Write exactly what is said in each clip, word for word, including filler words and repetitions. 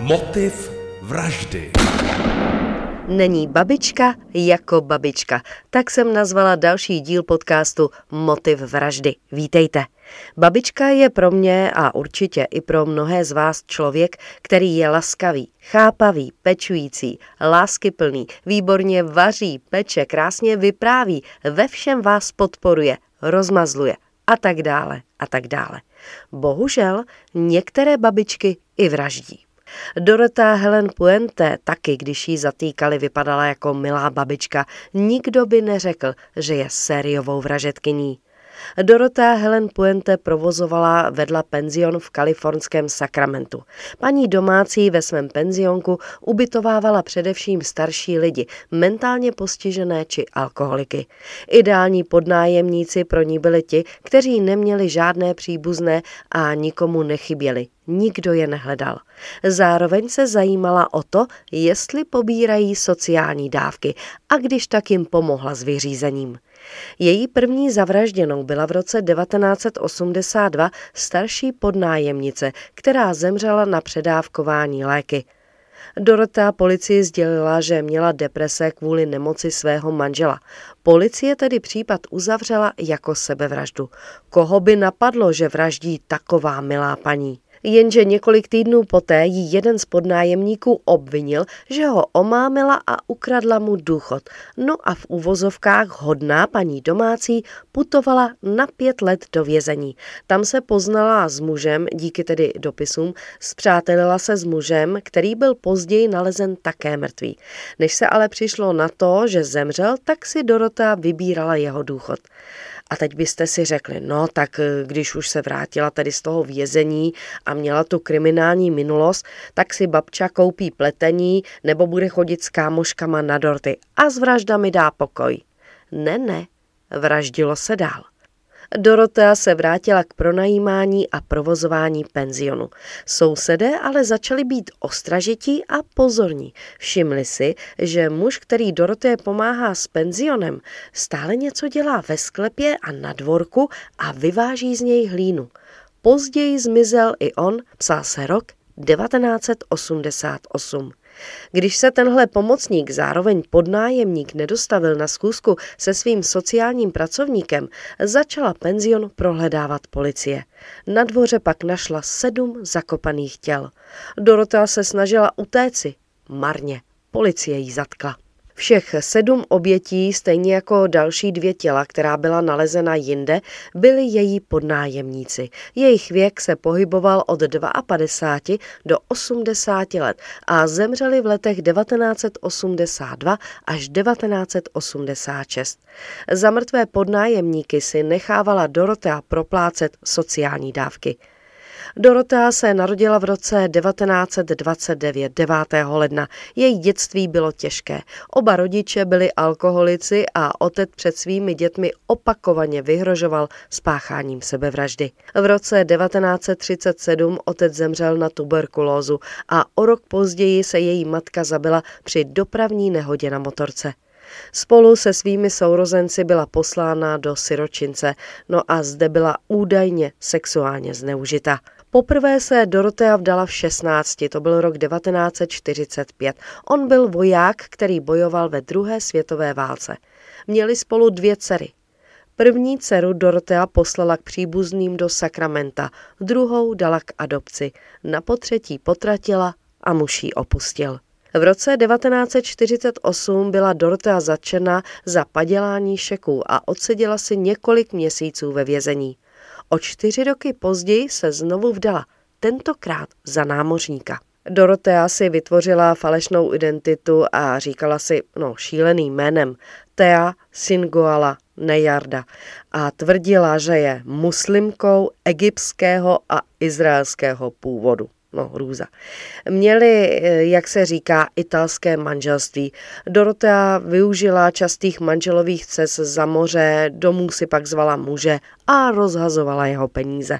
Motiv vraždy. Není babička jako babička. Tak jsem nazvala další díl podcastu Motiv vraždy. Vítejte. Babička je pro mě a určitě i pro mnohé z vás člověk, který je laskavý, chápavý, pečující, láskyplný, výborně vaří, peče, krásně vypráví, ve všem vás podporuje, rozmazluje a tak dále a tak dále. Bohužel některé babičky i vraždí. Dorota Helen Puente taky, když jí zatýkali, vypadala jako milá babička. Nikdo by neřekl, že je sériovou vražedkyní. Dorota Helen Puente provozovala vedla penzion v kalifornském Sacramentu. Paní domácí ve svém penzionku ubytovávala především starší lidi, mentálně postižené či alkoholiky. Ideální podnájemníci pro ní byli ti, kteří neměli žádné příbuzné a nikomu nechyběli. Nikdo je nehledal. Zároveň se zajímala o to, jestli pobírají sociální dávky a když tak jim pomohla s vyřízením. Její první zavražděnou byla v roce devatenáct set osmdesát dva starší podnájemnice, která zemřela na předávkování léky. Dorota policii sdělila, že měla deprese kvůli nemoci svého manžela. Policie tedy případ uzavřela jako sebevraždu. Koho by napadlo, že vraždí taková milá paní? Jenže několik týdnů poté jí jeden z podnájemníků obvinil, že ho omámila a ukradla mu důchod. No a v uvozovkách hodná paní domácí putovala na pět let do vězení. Tam se poznala s mužem, díky tedy dopisům, spřátelila se s mužem, který byl později nalezen také mrtvý. Než se ale přišlo na to, že zemřel, tak si Dorota vybírala jeho důchod. A teď byste si řekli, no tak když už se vrátila tedy z toho vězení a měla tu kriminální minulost, tak si babča koupí pletení nebo bude chodit s kámoškama na dorty a s vraždami dá pokoj. Ne, ne, vraždilo se dál. Dorota se vrátila k pronajímání a provozování penzionu. Sousedé ale začali být ostražití a pozorní. Všimli si, že muž, který Dorotě pomáhá s penzionem, stále něco dělá ve sklepě a na dvorku a vyváží z něj hlínu. Později zmizel i on, psal se rok devatenáct set osmdesát osm. Když se tenhle pomocník, zároveň podnájemník, nedostavil na schůzku se svým sociálním pracovníkem, začala penzion prohledávat policie. Na dvoře pak našla sedm zakopaných těl. Dorota se snažila utéci. Marně. Policie ji zatkla. Všech sedm obětí, stejně jako další dvě těla, která byla nalezena jinde, byli její podnájemníci. Jejich věk se pohyboval od padesát dva do osmdesáti let a zemřeli v letech devatenáct set osmdesát dva až devatenáct set osmdesát šest. Za mrtvé podnájemníky si nechávala Dorota proplácet sociální dávky. Dorota se narodila v roce devatenáct set dvacet devět, devátého ledna. Její dětství bylo těžké. Oba rodiče byli alkoholici a otec před svými dětmi opakovaně vyhrožoval spácháním sebevraždy. V roce devatenáct set třicet sedm otec zemřel na tuberkulózu a o rok později se její matka zabila při dopravní nehodě na motorce. Spolu se svými sourozenci byla poslána do siročince, no a zde byla údajně sexuálně zneužita. Poprvé se Dorotea vdala v šestnácti, to byl rok devatenáct set čtyřicet pět. On byl voják, který bojoval ve druhé světové válce. Měli spolu dvě dcery. První dceru Dorotea poslala k příbuzným do Sacramenta, druhou dala k adopci. Na potřetí potratila a muž ji opustil. V roce devatenáct set čtyřicet osm byla Dorotea zatčena za padělání šeků a odseděla si několik měsíců ve vězení. O čtyři roky později se znovu vdala, tentokrát za námořníka. Dorotea si vytvořila falešnou identitu a říkala si, no šíleným jménem, Thea Singoala Nejarda a tvrdila, že je muslimkou egyptského a izraelského původu. No, hrůza. Měli, jak se říká, italské manželství. Dorotea využila častých manželových cest za moře, domů si pak zvala muže a rozhazovala jeho peníze.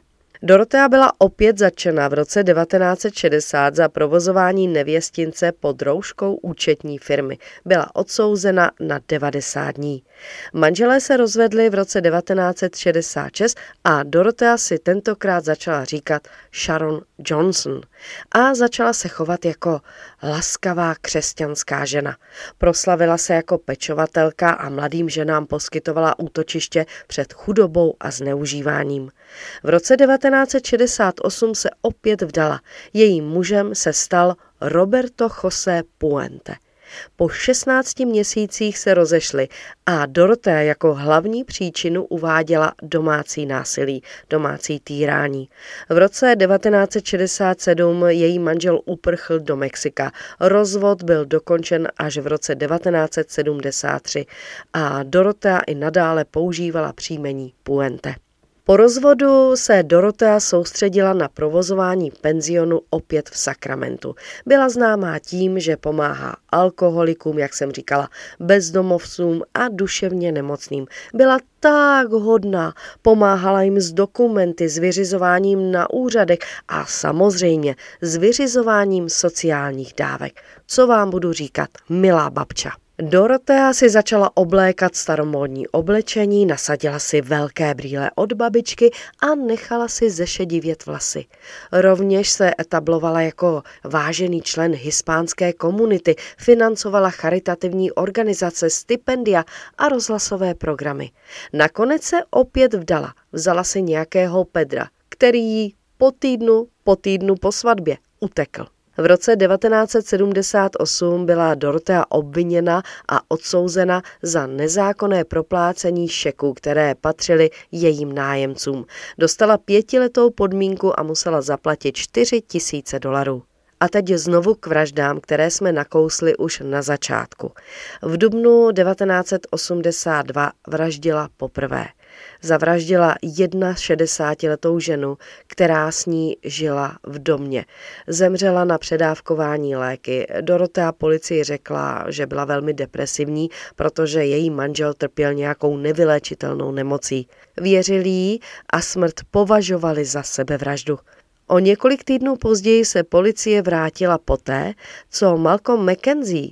Dorotea byla opět zatčena v roce devatenáct set šedesát za provozování nevěstince pod rouškou účetní firmy. Byla odsouzena na devadesát dní. Manželé se rozvedli v roce devatenáct set šedesát šest a Dorotea si tentokrát začala říkat Sharon Johnson a začala se chovat jako laskavá křesťanská žena. Proslavila se jako pečovatelka a mladým ženám poskytovala útočiště před chudobou a zneužíváním. V roce devatenáct set šedesát osm se opět vdala. Jejím mužem se stal Roberto José Puente. Po šestnácti měsících se rozešli a Dorotea jako hlavní příčinu uváděla domácí násilí, domácí týrání. V roce devatenáct set šedesát sedm její manžel uprchl do Mexika. Rozvod byl dokončen až v roce devatenáct set sedmdesát tři a Dorotea i nadále používala příjmení Puente. Po rozvodu se Dorotea soustředila na provozování penzionu opět v Sacramentu. Byla známá tím, že pomáhá alkoholikům, jak jsem říkala, bezdomovcům a duševně nemocným. Byla tak hodná, pomáhala jim s dokumenty, s vyřizováním na úřadech a samozřejmě s vyřizováním sociálních dávek. Co vám budu říkat, milá babča. Dorotea si začala oblékat staromódní oblečení, nasadila si velké brýle od babičky a nechala si zešedivět vlasy. Rovněž se etablovala jako vážený člen hispánské komunity, financovala charitativní organizace, stipendia a rozhlasové programy. Nakonec se opět vdala, vzala si nějakého Pedra, který jí po týdnu, po týdnu po svatbě utekl. V roce devatenáct set sedmdesát osm byla Dorotea obviněna a odsouzena za nezákonné proplácení šeků, které patřily jejím nájemcům. Dostala pětiletou podmínku a musela zaplatit čtyři tisíce dolarů. A teď znovu k vraždám, které jsme nakousli už na začátku. V dubnu devatenáct set osmdesát dva vraždila poprvé. Zavraždila šedesátiletou ženu, která s ní žila v domě. Zemřela na předávkování léky. Dorotea policii řekla, že byla velmi depresivní, protože její manžel trpěl nějakou nevyléčitelnou nemocí. Věřili jí a smrt považovali za sebevraždu. O několik týdnů později se policie vrátila poté, co Malcolm McKenzie,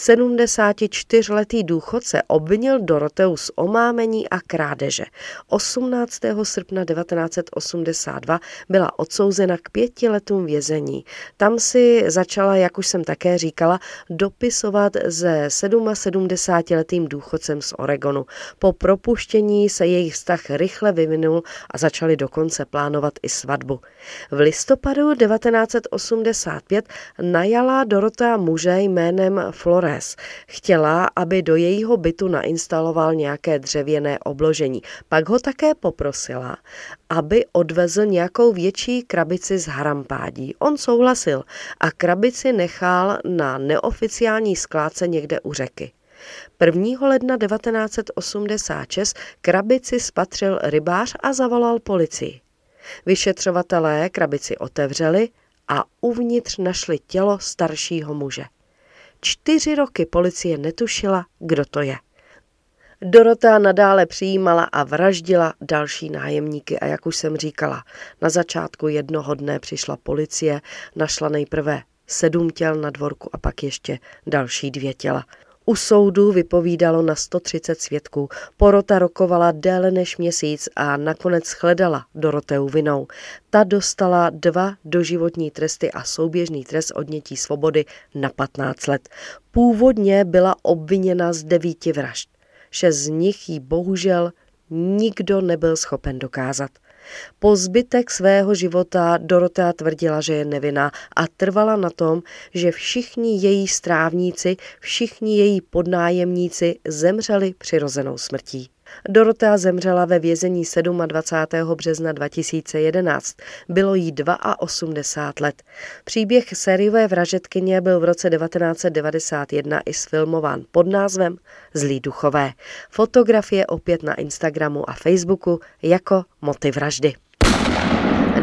sedmdesátičtyřletý důchodce, obvinil Doroteu z omámení a krádeže. osmnáctého srpna devatenáct set osmdesát dva byla odsouzena k pěti letům vězení. Tam si začala, jak už jsem také říkala, dopisovat se sedmdesátisedmiletým důchodcem z Oregonu. Po propuštění se jejich vztah rychle vyvinul a začali dokonce plánovat i svatbu. V listopadu devatenáct set osmdesát pět najala Dorotea muže jménem Flores. Chtěla, aby do jejího bytu nainstaloval nějaké dřevěné obložení. Pak ho také poprosila, aby odvezl nějakou větší krabici z harampádí. On souhlasil a krabici nechal na neoficiální skládce někde u řeky. prvního ledna devatenáct set osmdesát šest krabici spatřil rybář a zavolal policii. Vyšetřovatelé krabici otevřeli a uvnitř našli tělo staršího muže. Čtyři roky policie netušila, kdo to je. Dorotea nadále přijímala a vraždila další nájemníky a jak už jsem říkala, na začátku jednoho dne přišla policie, našla nejprve sedm těl na dvorku a pak ještě další dvě těla. U soudu vypovídalo na sto třicet svědků, porota rokovala déle než měsíc a nakonec shledala Doroteu vinou. Ta dostala dva doživotní tresty a souběžný trest odnětí svobody na patnáct let. Původně byla obviněna z devíti vražd. Šest z nich jí bohužel nikdo nebyl schopen dokázat. Po zbytek svého života Dorotea tvrdila, že je nevinná a trvala na tom, že všichni její strávníci, všichni její podnájemníci zemřeli přirozenou smrtí. Dorotea zemřela ve vězení dvacátého sedmého března dva tisíce jedenáct. Bylo jí osmdesát dva let. Příběh sériové vražedkyně byl v roce devatenáct set devadesát jedna i sfilmován pod názvem Zlí duchové. Fotografie opět na Instagramu a Facebooku jako Motiv vraždy.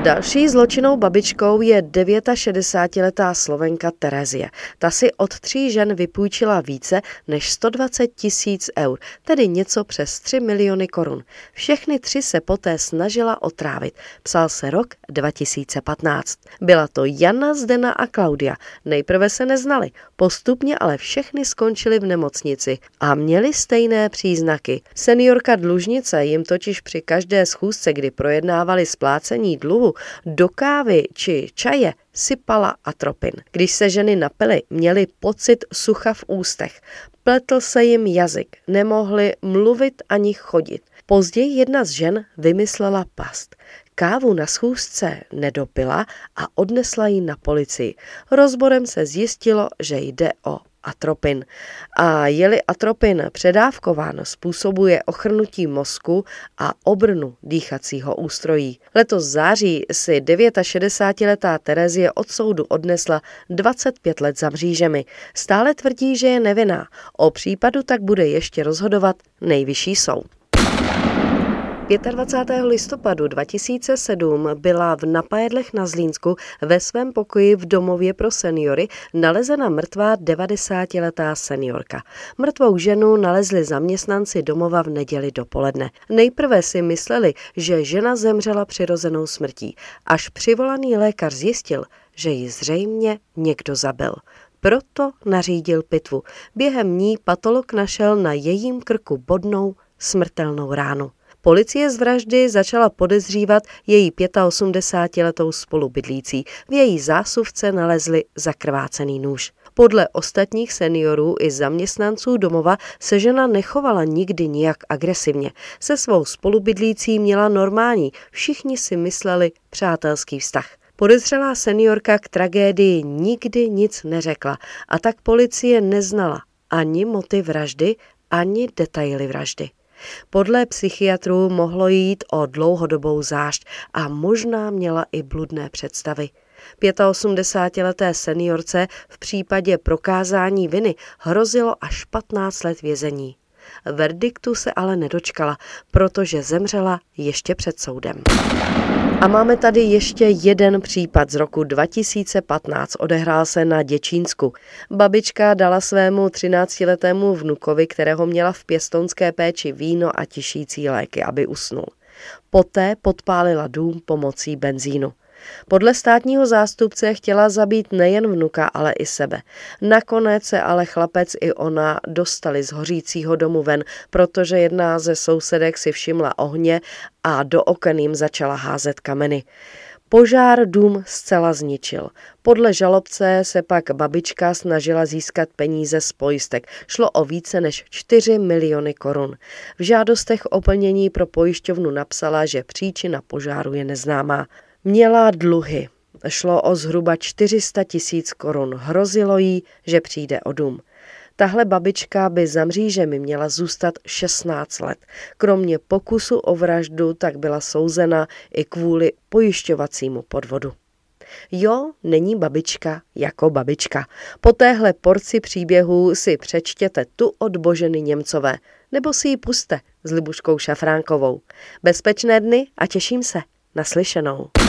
Další zločinnou babičkou je šedesátiletá Slovenka Terezie. Ta si od tří žen vypůjčila více než sto dvacet tisíc eur, tedy něco přes tři miliony korun. Všechny tři se poté snažila otrávit. Psal se rok dva tisíce patnáct. Byla to Jana, Zdena a Klaudia. Nejprve se neznali, postupně ale všechny skončily v nemocnici a měly stejné příznaky. Seniorka dlužnice jim totiž při každé schůzce, kdy projednávali splácení dluhu, do kávy či čaje sypala atropin. Když se ženy napily, měly pocit sucha v ústech. Pletl se jim jazyk, nemohly mluvit ani chodit. Později jedna z žen vymyslela past. Kávu na schůzce nedopila a odnesla ji na policii. Rozborem se zjistilo, že jde o atropin. A je-li atropin předávkován, způsobuje ochrnutí mozku a obrnu dýchacího ústrojí. Letos září si šedesátiletá Terezie od soudu odnesla dvacet pět let za mřížemi. Stále tvrdí, že je nevinná. O případu tak bude ještě rozhodovat Nejvyšší soud. dvacátého pátého listopadu dva tisíce sedm byla v Napajedlech na Zlínsku ve svém pokoji v domově pro seniory nalezena mrtvá devadesátiletá seniorka. Mrtvou ženu nalezli zaměstnanci domova v neděli dopoledne. Nejprve si mysleli, že žena zemřela přirozenou smrtí, až přivolaný lékař zjistil, že ji zřejmě někdo zabil. Proto nařídil pitvu. Během ní patolog našel na jejím krku bodnou smrtelnou ránu. Policie z vraždy začala podezřívat její osmdesátiletou spolubydlící. V její zásuvce nalezli zakrvácený nůž. Podle ostatních seniorů i zaměstnanců domova se žena nechovala nikdy nijak agresivně. Se svou spolubydlící měla normální, všichni si mysleli přátelský vztah. Podezřelá seniorka k tragédii nikdy nic neřekla a tak policie neznala ani motiv vraždy, ani detaily vraždy. Podle psychiatrů mohlo jít o dlouhodobou zášť a možná měla i bludné představy. osmdesátileté seniorce v případě prokázání viny hrozilo až patnáct let vězení. Verdiktu se ale nedočkala, protože zemřela ještě před soudem. A máme tady ještě jeden případ z roku dva tisíce patnáct, odehrál se na Děčínsku. Babička dala svému třináctiletému vnukovi, kterého měla v pěstounské péči, víno a tišící léky, aby usnul. Poté podpálila dům pomocí benzínu. Podle státního zástupce chtěla zabít nejen vnuka, ale i sebe. Nakonec se ale chlapec i ona dostali z hořícího domu ven, protože jedna ze sousedek si všimla ohně a do oken jim začala házet kameny. Požár dům zcela zničil. Podle žalobce se pak babička snažila získat peníze z pojistek. Šlo o více než čtyři miliony korun. V žádostech o plnění pro pojišťovnu napsala, že příčina požáru je neznámá. Měla dluhy. Šlo o zhruba čtyři sta tisíc korun. Hrozilo jí, že přijde o dům. Tahle babička by za mřížemi měla zůstat šestnáct let. Kromě pokusu o vraždu tak byla souzena i kvůli pojišťovacímu podvodu. Jo, není babička jako babička. Po téhle porci příběhů si přečtěte tu od Boženy Němcové, nebo si ji puste s Libuškou Šafránkovou. Bezpečné dny a těším se. Naslyšenou.